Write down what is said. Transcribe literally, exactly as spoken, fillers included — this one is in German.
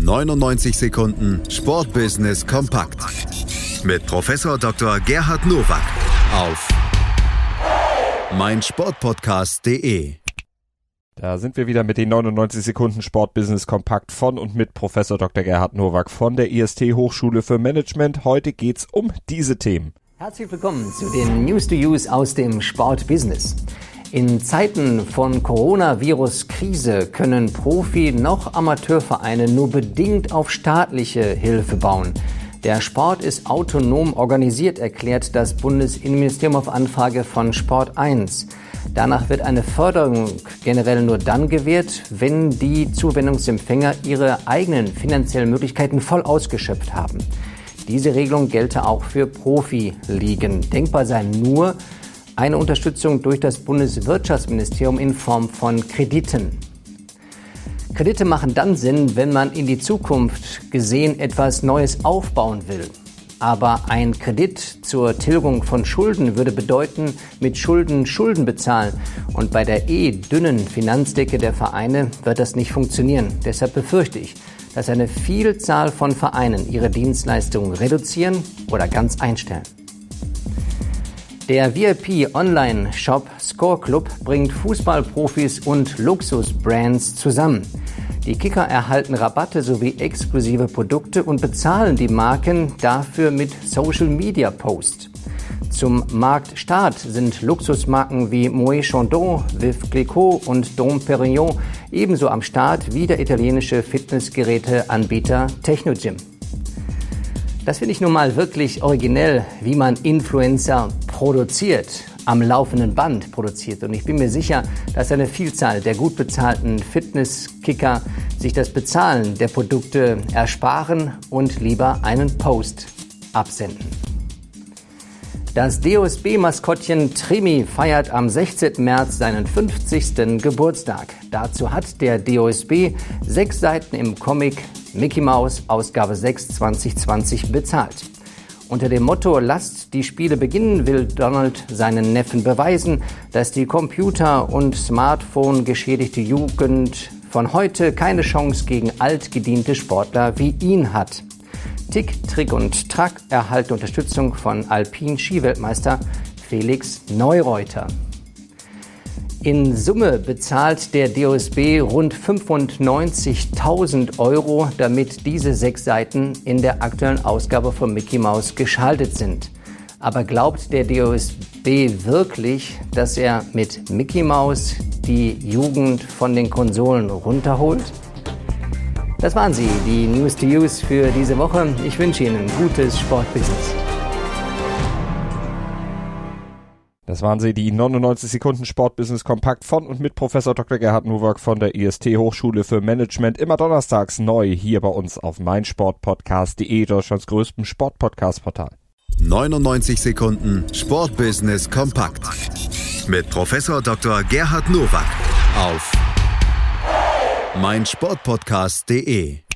neunundneunzig Sekunden Sportbusiness kompakt mit Professor Doktor Gerhard Nowak auf meinsportpodcast punkt de. Da sind wir wieder mit den neunundneunzig Sekunden Sportbusiness kompakt von und mit Professor Doktor Gerhard Nowak von der I S T Hochschule für Management. Heute geht's um diese Themen. Herzlich willkommen zu den News to Use aus dem Sportbusiness. In Zeiten von Coronavirus-Krise können Profi- noch Amateurvereine nur bedingt auf staatliche Hilfe bauen. Der Sport ist autonom organisiert, erklärt das Bundesinnenministerium auf Anfrage von Sport eins. Danach wird eine Förderung generell nur dann gewährt, wenn die Zuwendungsempfänger ihre eigenen finanziellen Möglichkeiten voll ausgeschöpft haben. Diese Regelung gelte auch für Profiligen. Denkbar sei nur eine Unterstützung durch das Bundeswirtschaftsministerium in Form von Krediten. Kredite machen dann Sinn, wenn man in die Zukunft gesehen etwas Neues aufbauen will. Aber ein Kredit zur Tilgung von Schulden würde bedeuten, mit Schulden Schulden bezahlen. Und bei der eh dünnen Finanzdecke der Vereine wird das nicht funktionieren. Deshalb befürchte ich, dass eine Vielzahl von Vereinen ihre Dienstleistungen reduzieren oder ganz einstellen. Der V I P-Online-Shop Score Club bringt Fußballprofis und Luxusbrands zusammen. Die Kicker erhalten Rabatte sowie exklusive Produkte und bezahlen die Marken dafür mit Social-Media-Posts. Zum Marktstart sind Luxusmarken wie Moët Chandon, Veuve Clicquot und Dom Pérignon ebenso am Start wie der italienische Fitnessgeräteanbieter Technogym. Das finde ich nun mal wirklich originell, wie man Influencer produziert, am laufenden Band produziert. Und ich bin mir sicher, dass eine Vielzahl der gut bezahlten Fitnesskicker sich das Bezahlen der Produkte ersparen und lieber einen Post absenden. Das D O S B-Maskottchen Trimi feiert am sechzehnten März seinen fünfzigsten Geburtstag. Dazu hat der D O S B sechs Seiten im Comic Mickey Mouse Ausgabe sechs zwanzig zwanzig bezahlt. Unter dem Motto „Lasst die Spiele beginnen“ will Donald seinen Neffen beweisen, dass die Computer- und Smartphone-geschädigte Jugend von heute keine Chance gegen altgediente Sportler wie ihn hat. Tick, Trick und Track erhalten Unterstützung von Alpin-Skiweltmeister Felix Neureuter. In Summe bezahlt der D O S B rund fünfundneunzigtausend Euro, damit diese sechs Seiten in der aktuellen Ausgabe von Mickey Mouse geschaltet sind. Aber glaubt der D O S B wirklich, dass er mit Mickey Mouse die Jugend von den Konsolen runterholt? Das waren sie, die News to Use für diese Woche. Ich wünsche Ihnen gutes Sportbusiness. Das waren sie, die neunundneunzig Sekunden Sportbusiness kompakt von und mit Professor Doktor Gerhard Nowak von der I S T Hochschule für Management. Immer donnerstags neu hier bei uns auf meinsportpodcast punkt de, Deutschlands größtem Sportpodcast-Portal. neunundneunzig Sekunden Sportbusiness kompakt mit Professor Doktor Gerhard Nowak auf meinsportpodcast punkt de.